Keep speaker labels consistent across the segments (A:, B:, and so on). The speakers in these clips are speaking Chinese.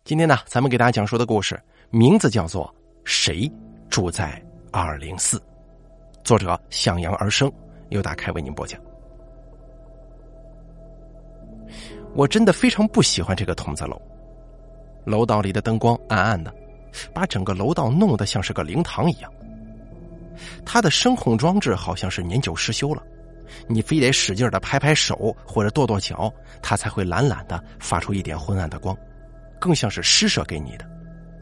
A: 今天呢，咱们给大家讲述的故事名字叫做《谁住在204》，作者向阳而生，由大开为您播讲。我真的非常不喜欢这个筒子楼，楼道里的灯光暗暗的，把整个楼道弄得像是个灵堂一样。它的声控装置好像是年久失修了，你非得使劲的拍拍手或者跺跺脚，它才会懒懒的发出一点昏暗的光，更像是施舍给你的。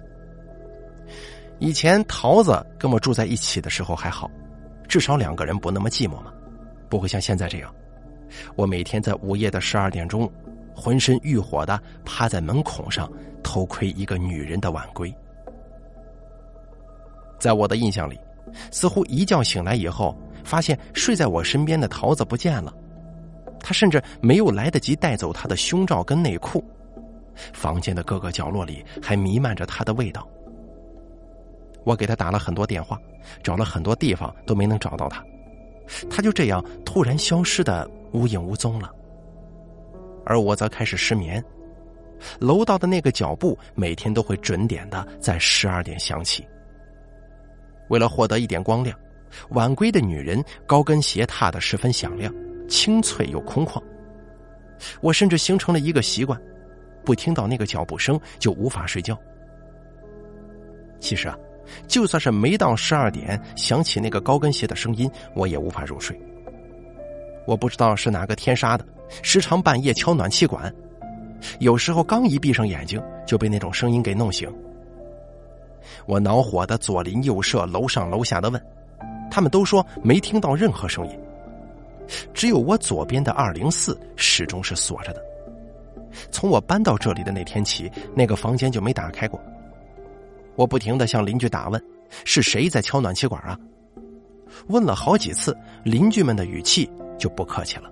A: 以前桃子跟我住在一起的时候还好，至少2个人不那么寂寞嘛，不会像现在这样。我每天在午夜的12点钟，浑身欲火的趴在门孔上偷窥一个女人的晚归。在我的印象里，似乎一觉醒来以后，发现睡在我身边的桃子不见了，她甚至没有来得及带走她的胸罩跟内裤，房间的各个角落里还弥漫着她的味道。我给她打了很多电话，找了很多地方都没能找到她，她就这样突然消失的无影无踪了。而我则开始失眠，楼道的那个脚步每天都会准点的在12点响起。为了获得一点光亮，晚归的女人高跟鞋踏得十分响亮，清脆又空旷。我甚至形成了一个习惯，不听到那个脚步声就无法睡觉。其实啊，就算是没到12点响起那个高跟鞋的声音，我也无法入睡。我不知道是哪个天杀的，时常半夜敲暖气管，有时候刚一闭上眼睛就被那种声音给弄醒。我恼火的左邻右舍楼上楼下的问，他们都说没听到任何声音，只有我左边的204始终是锁着的。从我搬到这里的那天起，那个房间就没打开过。我不停地向邻居打问，是谁在敲暖气管啊？问了好几次，邻居们的语气就不客气了。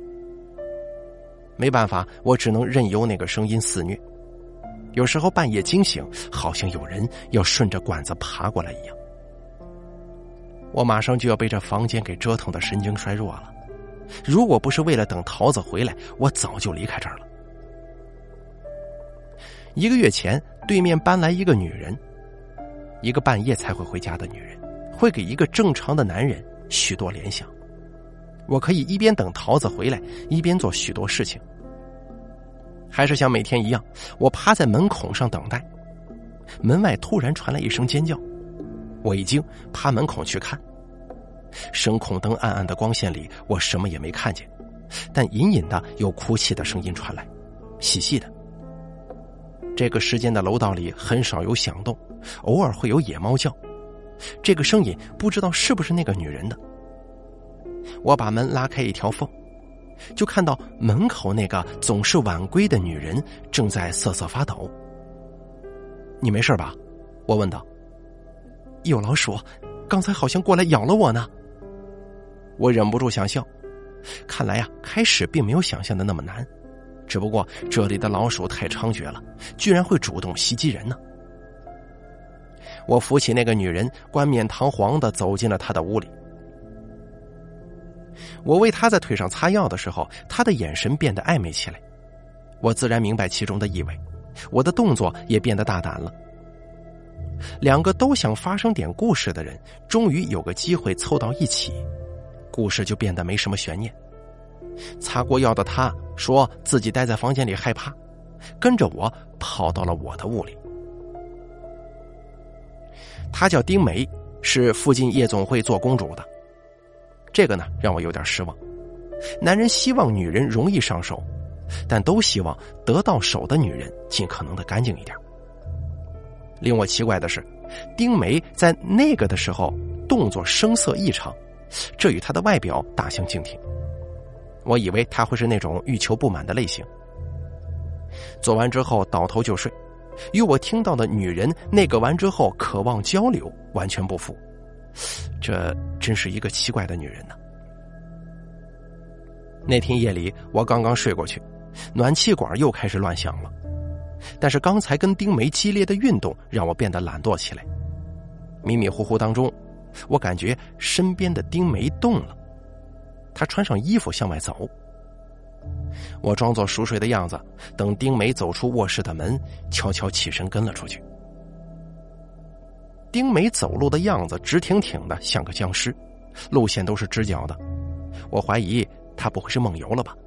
A: 没办法，我只能任由那个声音肆虐。有时候半夜惊醒，好像有人要顺着管子爬过来一样。我马上就要被这房间给折腾的神经衰弱了，如果不是为了等桃子回来，我早就离开这儿了。1个月前，对面搬来一个女人，一个半夜才会回家的女人，会给一个正常的男人许多联想。我可以一边等桃子回来，一边做许多事情。还是像每天一样，我趴在门孔上等待。门外突然传来一声尖叫，我一惊，趴门孔去看。声控灯暗暗的光线里，我什么也没看见，但隐隐的有哭泣的声音传来，细细的。这个时间的楼道里很少有响动，偶尔会有野猫叫，这个声音不知道是不是那个女人的。我把门拉开一条缝，就看到门口那个总是晚归的女人正在瑟瑟发抖。你没事吧？我问道。有老鼠，刚才好像过来咬了我呢。我忍不住想笑，看来呀，开始并没有想象的那么难，只不过这里的老鼠太猖獗了，居然会主动袭击人呢。我扶起那个女人，冠冕堂皇地走进了她的屋里。我为她在腿上擦药的时候，她的眼神变得暧昧起来。我自然明白其中的意味，我的动作也变得大胆了。2个都想发生点故事的人，终于有个机会凑到一起，故事就变得没什么悬念。擦过药的她说自己待在房间里害怕，跟着我跑到了我的屋里。她叫丁梅，是附近夜总会做公主的。这个呢，让我有点失望。男人希望女人容易上手，但都希望得到手的女人尽可能的干净一点。令我奇怪的是，丁梅在那个的时候动作声色异常，这与她的外表大相径庭。我以为她会是那种欲求不满的类型。做完之后倒头就睡，与我听到的女人那个完之后渴望交流完全不符。这真是一个奇怪的女人呢。那天夜里我刚刚睡过去，暖气管又开始乱响了，但是刚才跟丁梅激烈的运动让我变得懒惰起来。迷迷糊糊当中，我感觉身边的丁梅动了，她穿上衣服向外走。 我装作熟睡的样子，等丁梅走出卧室的门，悄悄起身跟了出去。丁梅走路的样子直挺挺的，像个僵尸，路线都是直角的，我怀疑她不会是梦游了吧。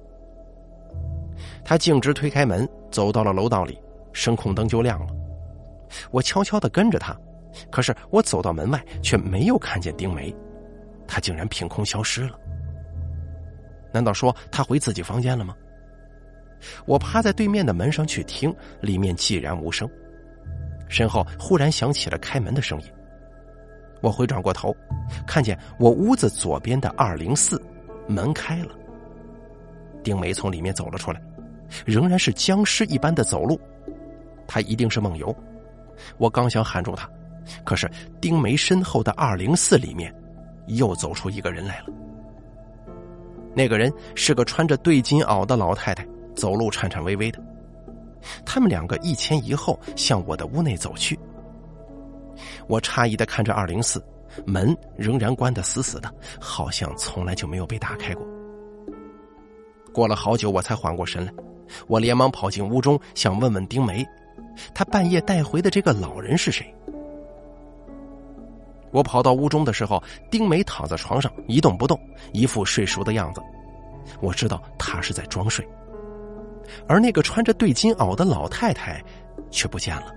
A: 她径直推开门，走到了楼道里，声控灯就亮了。我悄悄地跟着她，可是我走到门外却没有看见丁梅，她竟然凭空消失了。难道说她回自己房间了吗？我趴在对面的门上去听，里面寂然无声。身后忽然响起了开门的声音，我回转过头，看见我屋子左边的204门开了，丁梅从里面走了出来，仍然是僵尸一般的走路，她一定是梦游。我刚想喊住她，可是丁梅身后的204里面又走出一个人来了。那个人是个穿着对襟袄的老太太，走路颤颤巍巍的。他们两个一前一后向我的屋内走去。我诧异地看着204，门仍然关得死死的，好像从来就没有被打开过。过了好久我才缓过神来，我连忙跑进屋中，想问问丁梅，她半夜带回的这个老人是谁。我跑到屋中的时候，丁梅躺在床上一动不动，一副睡熟的样子。我知道她是在装睡，而那个穿着对襟袄的老太太却不见了。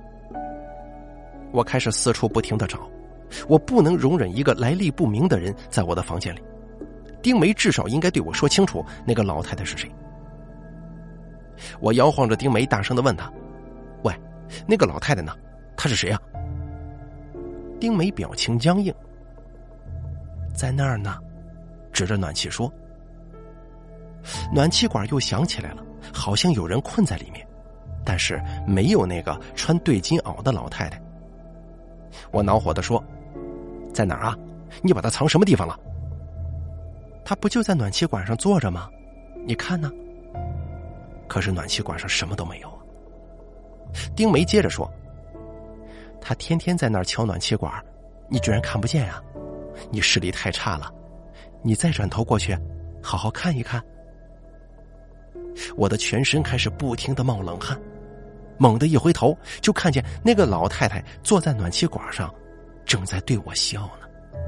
A: 我开始四处不停地找，我不能容忍一个来历不明的人在我的房间里。丁梅至少应该对我说清楚那个老太太是谁。我摇晃着丁梅，大声地问她：喂，那个老太太呢？她是谁啊？丁梅表情僵硬，在那儿呢，指着暖气说。暖气管又响起来了，好像有人困在里面，但是没有那个穿对襟袄的老太太。我恼火地说：在哪儿啊？你把她藏什么地方了？她不就在暖气管上坐着吗？你看呢？可是暖气管上什么都没有啊。丁梅接着说：她天天在那儿敲暖气管，你居然看不见啊？你视力太差了，你再转头过去好好看一看。我的全身开始不停地冒冷汗，猛地一回头，就看见那个老太太坐在暖气管上，正在对我笑呢。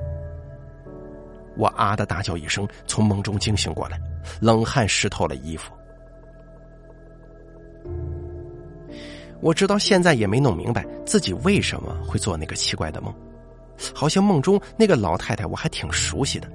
A: 我啊的大叫一声，从梦中惊醒过来，冷汗湿透了衣服。我直到现在也没弄明白自己为什么会做那个奇怪的梦，好像梦中那个老太太我还挺熟悉的。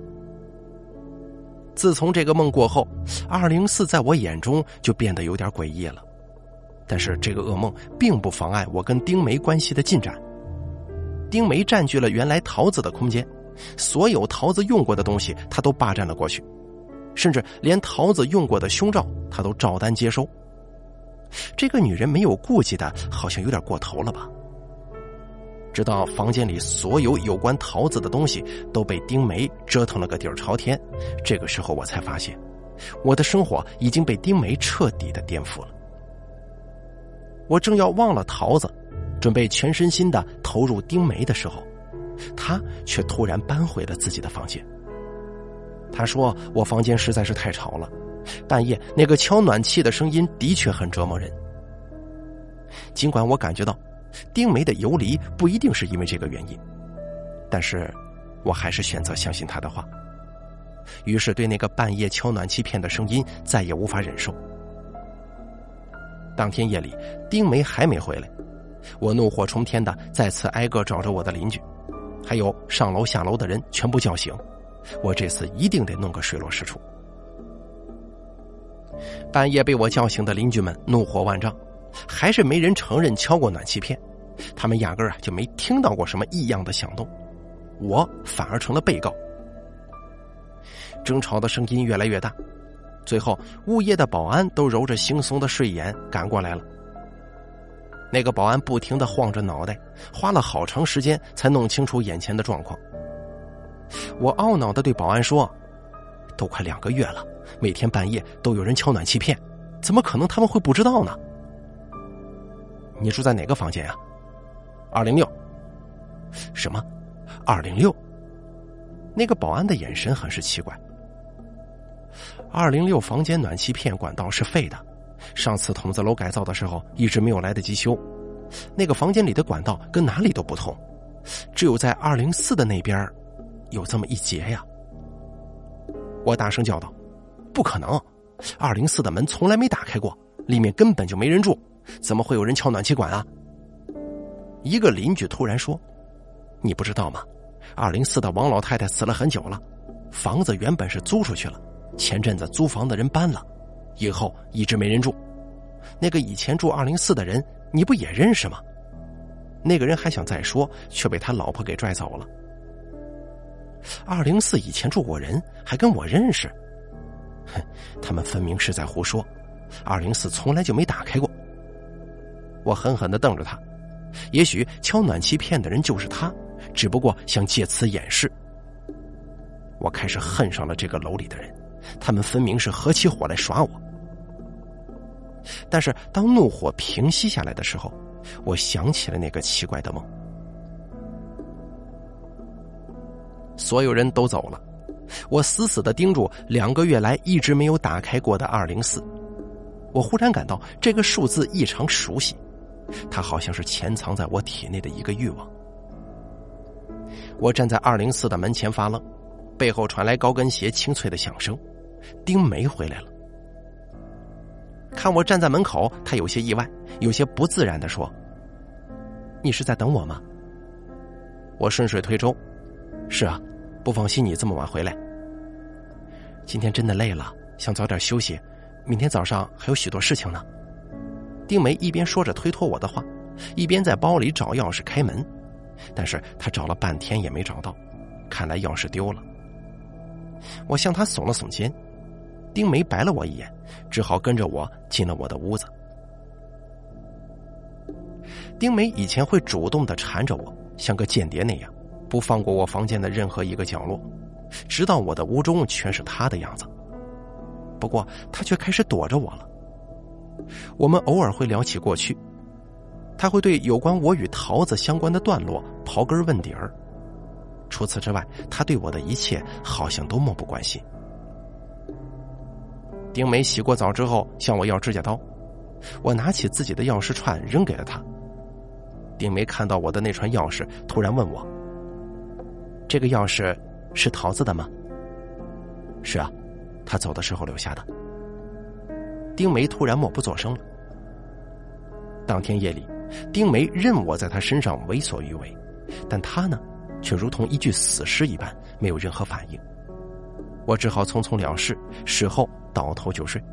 A: 自从这个梦过后，204在我眼中就变得有点诡异了。但是这个噩梦并不妨碍我跟丁梅关系的进展。丁梅占据了原来桃子的空间，所有桃子用过的东西她都霸占了过去，甚至连桃子用过的胸罩她都照单接收。这个女人没有顾忌的好像有点过头了吧。直到房间里所有有关桃子的东西都被丁梅折腾了个底儿朝天，这个时候我才发现我的生活已经被丁梅彻底的颠覆了。我正要忘了桃子，准备全身心的投入丁梅的时候，她却突然搬回了自己的房间。她说我房间实在是太吵了，半夜那个敲暖气的声音的确很折磨人。尽管我感觉到丁梅的游离不一定是因为这个原因，但是我还是选择相信她的话，于是对那个半夜敲暖气片的声音再也无法忍受。当天夜里，丁梅还没回来，我怒火冲天的再次挨个找着我的邻居，还有上楼下楼的人全部叫醒，我这次一定得弄个水落石出。半夜被我叫醒的邻居们怒火万丈，还是没人承认敲过暖气片，他们压根儿就没听到过什么异样的响动，我反而成了被告。争吵的声音越来越大，最后物业的保安都揉着惺忪的睡眼赶过来了。那个保安不停地晃着脑袋，花了好长时间才弄清楚眼前的状况。我懊恼地对保安说：都快2个月了，每天半夜都有人敲暖气片，怎么可能他们会不知道呢？你住在哪个房间啊？206。什么？206？那个保安的眼神很是奇怪。 206房间暖气片管道是废的，上次筒子楼改造的时候一直没有来得及修，那个房间里的管道跟哪里都不同，只有在204的那边有这么一节呀。我大声叫道：不可能，204的门从来没打开过，里面根本就没人住，怎么会有人敲暖气管啊？一个邻居突然说：你不知道吗？204的王老太太死了很久了，房子原本是租出去了，前阵子租房的人搬了，以后一直没人住。那个以前住204的人你不也认识吗？那个人还想再说，却被他老婆给拽走了。204以前住过人，还跟我认识？哼，他们分明是在胡说，204从来就没打开过。我狠狠地瞪着他，也许敲暖气片的人就是他，只不过想借此掩饰。我开始恨上了这个楼里的人，他们分明是合起伙来耍我。但是当怒火平息下来的时候，我想起了那个奇怪的梦。所有人都走了，我死死地盯住2个月来一直没有打开过的204。我忽然感到这个数字异常熟悉，它好像是潜藏在我体内的一个欲望。我站在204的门前发愣，背后传来高跟鞋清脆的响声。丁梅回来了，看我站在门口，他有些意外，有些不自然地说：你是在等我吗？我顺水推舟：是啊，不放心你这么晚回来。今天真的累了，想早点休息，明天早上还有许多事情呢。丁梅一边说着推脱我的话，一边在包里找钥匙开门，但是他找了半天也没找到，看来钥匙丢了。我向他耸了耸肩，丁梅白了我一眼，只好跟着我进了我的屋子。丁梅以前会主动地缠着我，像个间谍那样，不放过我房间的任何一个角落，直到我的屋中全是他的样子。不过他却开始躲着我了。我们偶尔会聊起过去，他会对有关我与桃子相关的段落刨根问底儿。除此之外，他对我的一切好像都漠不关心。丁梅洗过澡之后向我要指甲刀，我拿起自己的钥匙串扔给了他。丁梅看到我的那串钥匙，突然问我：这个钥匙是桃子的吗？是啊，他走的时候留下的。丁梅突然默不作声了。当天夜里，丁梅任我在他身上为所欲为，但他呢，却如同一具死尸一般，没有任何反应。我只好匆匆了事，事后倒头就睡。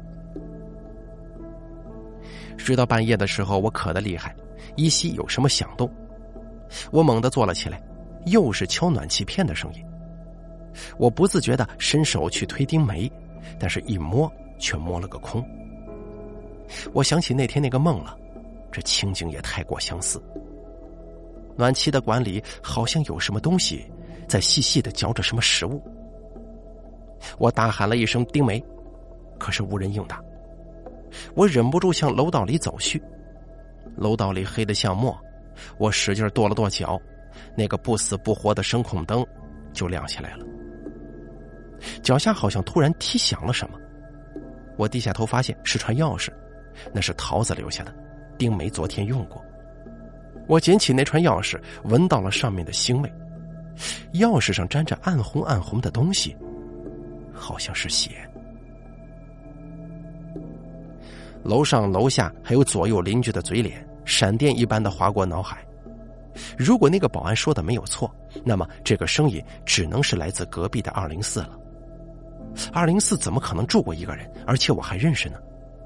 A: 睡到半夜的时候，我渴得厉害，依稀有什么响动。我猛地坐了起来，又是敲暖气片的声音。我不自觉地伸手去推丁梅，但是一摸却摸了个空。我想起那天那个梦了，这情景也太过相似。暖气的管里好像有什么东西在细细地嚼着什么食物。我大喊了一声丁梅，可是无人应答。我忍不住向楼道里走去，楼道里黑得像墨，我使劲跺了跺脚，那个不死不活的声控灯就亮起来了。脚下好像突然踢响了什么，我低下头发现是串钥匙，那是桃子留下的，丁梅昨天用过。我捡起那串钥匙，闻到了上面的腥味，钥匙上沾着暗红暗红的东西，好像是血。楼上楼下还有左右邻居的嘴脸，闪电一般的划过脑海。如果那个保安说的没有错，那么这个声音只能是来自隔壁的204了。204怎么可能住过一个人，而且我还认识呢？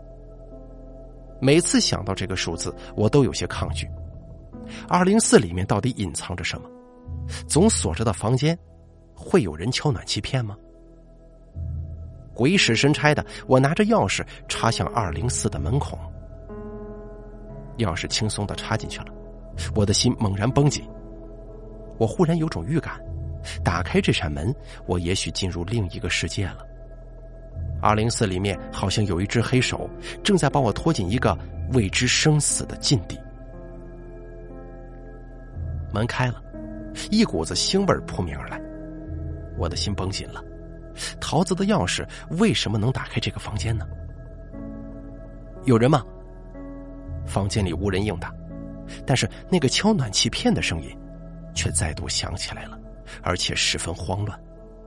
A: 每次想到这个数字，我都有些抗拒。204里面到底隐藏着什么？总锁着的房间，会有人敲暖气片吗？鬼使神差的，我拿着钥匙插向204的门孔。钥匙轻松地插进去了，我的心猛然绷紧。我忽然有种预感，打开这扇门，我也许进入另一个世界了。204里面好像有一只黑手，正在把我拖进一个未知生死的禁地。门开了，一股子腥味扑面而来，我的心绷紧了。 桃子的钥匙为什么能打开这个房间呢？有人吗？房间里无人应答，但是那个敲暖气片的声音却再度响起来了，而且十分慌乱。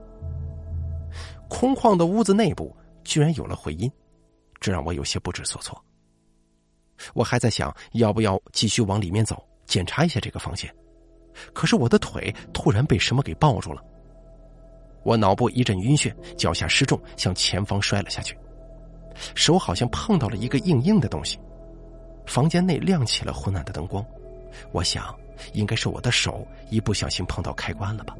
A: 空旷的屋子内部居然有了回音，这让我有些不知所措。我还在想要不要继续往里面走，检查一下这个房间，可是我的腿突然被什么给抱住了，我脑部一阵晕眩，脚下失重向前方摔了下去，手好像碰到了一个硬硬的东西。房间内亮起了昏暗的灯光，我想应该是我的手一不小心碰到开关了吧。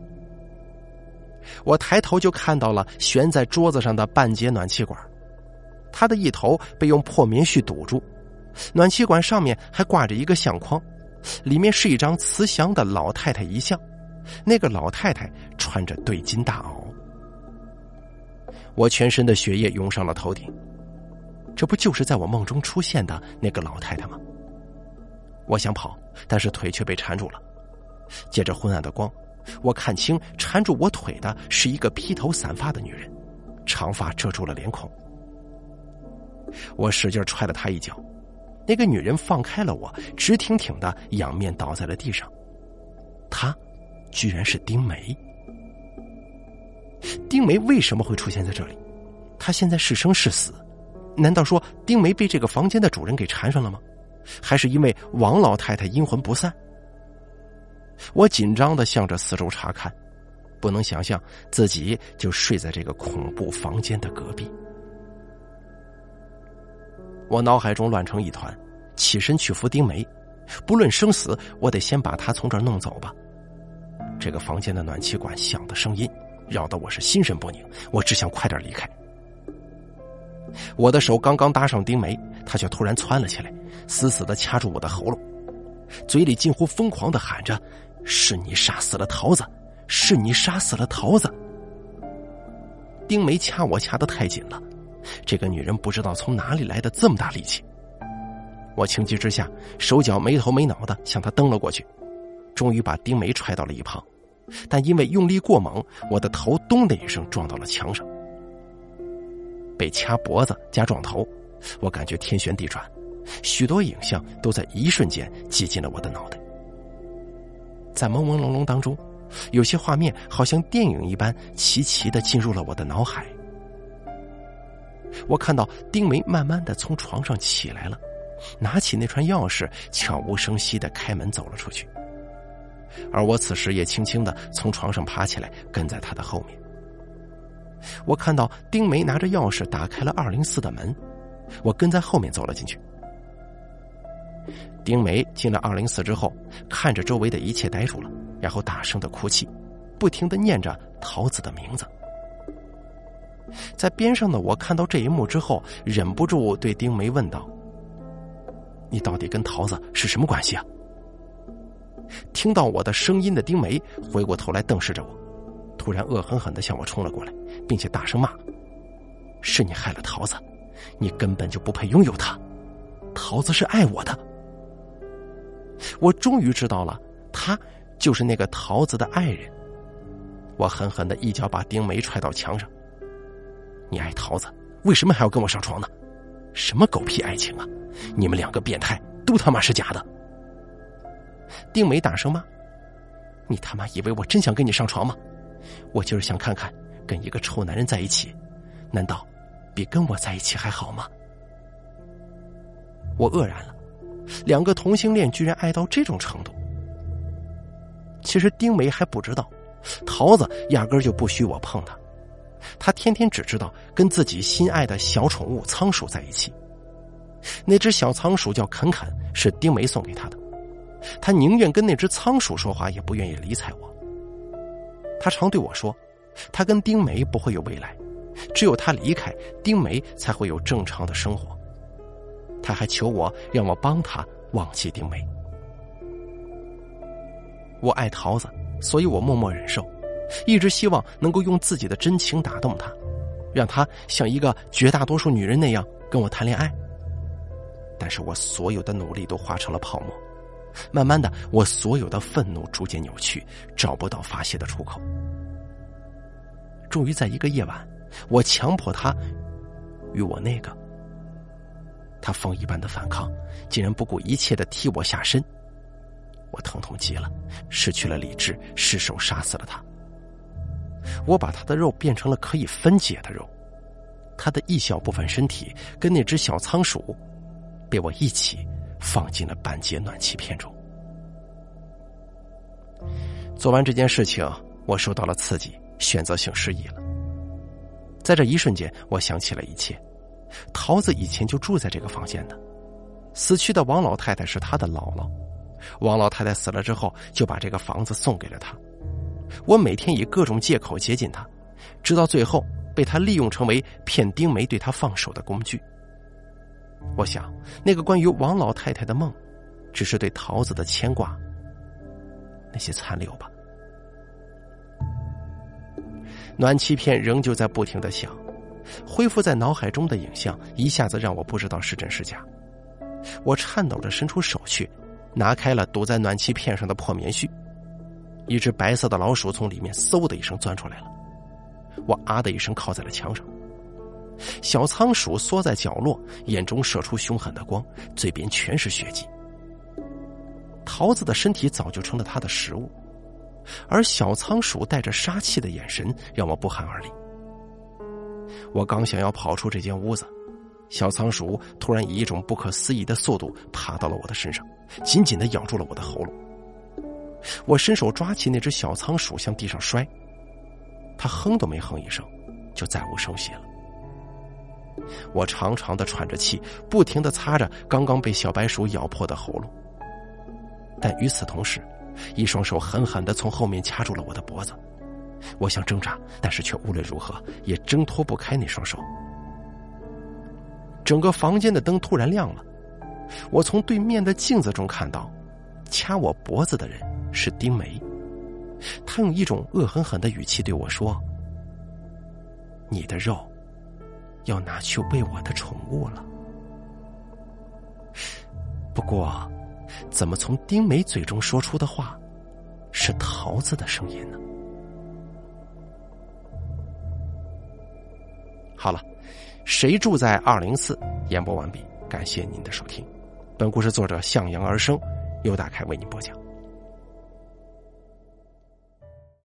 A: 我抬头就看到了悬在桌子上的半截暖气管，它的一头被用破棉絮堵住，暖气管上面还挂着一个相框，里面是一张慈祥的老太太遗像，那个老太太穿着对襟大袄。我全身的血液涌上了头顶，这不就是在我梦中出现的那个老太太吗？我想跑，但是腿却被缠住了。借着昏暗的光，我看清缠住我腿的是一个披头散发的女人，长发遮住了脸孔。我使劲踹了她一脚，那个女人放开了我，直挺挺的仰面倒在了地上。她居然是丁梅。丁梅为什么会出现在这里？她现在是生是死？难道说丁梅被这个房间的主人给缠上了吗？还是因为王老太太阴魂不散？我紧张地向着四周查看，不能想象自己就睡在这个恐怖房间的隔壁。我脑海中乱成一团，起身去扶丁梅，不论生死，我得先把她从这儿弄走吧。这个房间的暖气管响的声音扰得我是心神不宁，我只想快点离开。我的手刚刚搭上丁梅，她却突然窜了起来，死死地掐住我的喉咙，嘴里近乎疯狂地喊着：是你杀死了桃子，是你杀死了桃子。丁梅掐我掐得太紧了，这个女人不知道从哪里来的这么大力气。我情急之下，手脚没头没脑地向她蹬了过去，终于把丁梅踹到了一旁，但因为用力过猛，我的头咚的一声撞到了墙上。被掐脖子加撞头，我感觉天旋地转，许多影像都在一瞬间挤进了我的脑袋。在朦朦胧胧当中，有些画面好像电影一般齐齐地进入了我的脑海。我看到丁梅慢慢地从床上起来了，拿起那串钥匙，悄无声息地开门走了出去，而我此时也轻轻地从床上爬起来，跟在她的后面。我看到丁梅拿着钥匙打开了204的门，我跟在后面走了进去。丁梅进了204之后，看着周围的一切呆住了，然后大声的哭泣，不停的念着桃子的名字。在边上的我看到这一幕之后，忍不住对丁梅问道：你到底跟桃子是什么关系啊？听到我的声音的丁梅回过头来瞪视着我，突然恶狠狠地向我冲了过来，并且大声骂：是你害了桃子，你根本就不配拥有她，桃子是爱我的。我终于知道了，他就是那个桃子的爱人。我狠狠地一脚把丁梅踹到墙上。你爱桃子，为什么还要跟我上床呢？什么狗屁爱情啊，你们两个变态都他妈是假的。丁梅大声骂：你他妈以为我真想跟你上床吗？我就是想看看跟一个臭男人在一起，难道比跟我在一起还好吗？我愕然了，两个同性恋居然爱到这种程度。其实丁梅还不知道，桃子压根就不许我碰她，她天天只知道跟自己心爱的小宠物仓鼠在一起。那只小仓鼠叫肯肯，是丁梅送给她的，她宁愿跟那只仓鼠说话，也不愿意理睬我。她常对我说，她跟丁梅不会有未来，只有她离开，丁梅才会有正常的生活。她还求我让我帮她忘记丁梅。我爱桃子，所以我默默忍受，一直希望能够用自己的真情打动她，让她像一个绝大多数女人那样跟我谈恋爱。但是我所有的努力都化成了泡沫，慢慢的，我所有的愤怒逐渐扭曲，找不到发泄的出口。 终于在一个夜晚，我强迫他与我那个。他疯一般的反抗，竟然不顾一切的踢我下身。我疼痛极了，失去了理智，失手杀死了他。我把他的肉变成了可以分解的肉，他的一小部分身体跟那只小仓鼠被我一起放进了半截暖气片中。做完这件事情，我受到了刺激，选择性失忆了。在这一瞬间，我想起了一切。桃子以前就住在这个房间的，死去的王老太太是她的姥姥，王老太太死了之后就把这个房子送给了她。我每天以各种借口接近她，直到最后被她利用成为骗丁梅对她放手的工具。我想那个关于王老太太的梦只是对桃子的牵挂那些残留吧。暖气片仍旧在不停地响，恢复在脑海中的影像一下子让我不知道是真是假。我颤抖着伸出手去，拿开了堵在暖气片上的破棉絮，一只白色的老鼠从里面嗖的一声钻出来了。我啊的一声靠在了墙上。小仓鼠缩在角落，眼中射出凶狠的光，嘴边全是血迹。桃子的身体早就成了它的食物，而小仓鼠带着杀气的眼神让我不寒而栗。我刚想要跑出这间屋子，小仓鼠突然以一种不可思议的速度爬到了我的身上，紧紧地咬住了我的喉咙。我伸手抓起那只小仓鼠向地上摔，它哼都没哼一声，就再无声息了。我长长的喘着气，不停地擦着刚刚被小白鼠咬破的喉咙，但与此同时，一双手狠狠地从后面掐住了我的脖子。我想挣扎，但是却无论如何也挣脱不开那双手。整个房间的灯突然亮了，我从对面的镜子中看到，掐我脖子的人是丁梅。他用一种恶狠狠的语气对我说：“你的肉要拿去喂我的宠物了。”不过，怎么从丁梅嘴中说出的话是桃子的声音呢？好了，谁住在204演播完毕，感谢您的收听。本故事作者向阳而生，由大凯为您播讲。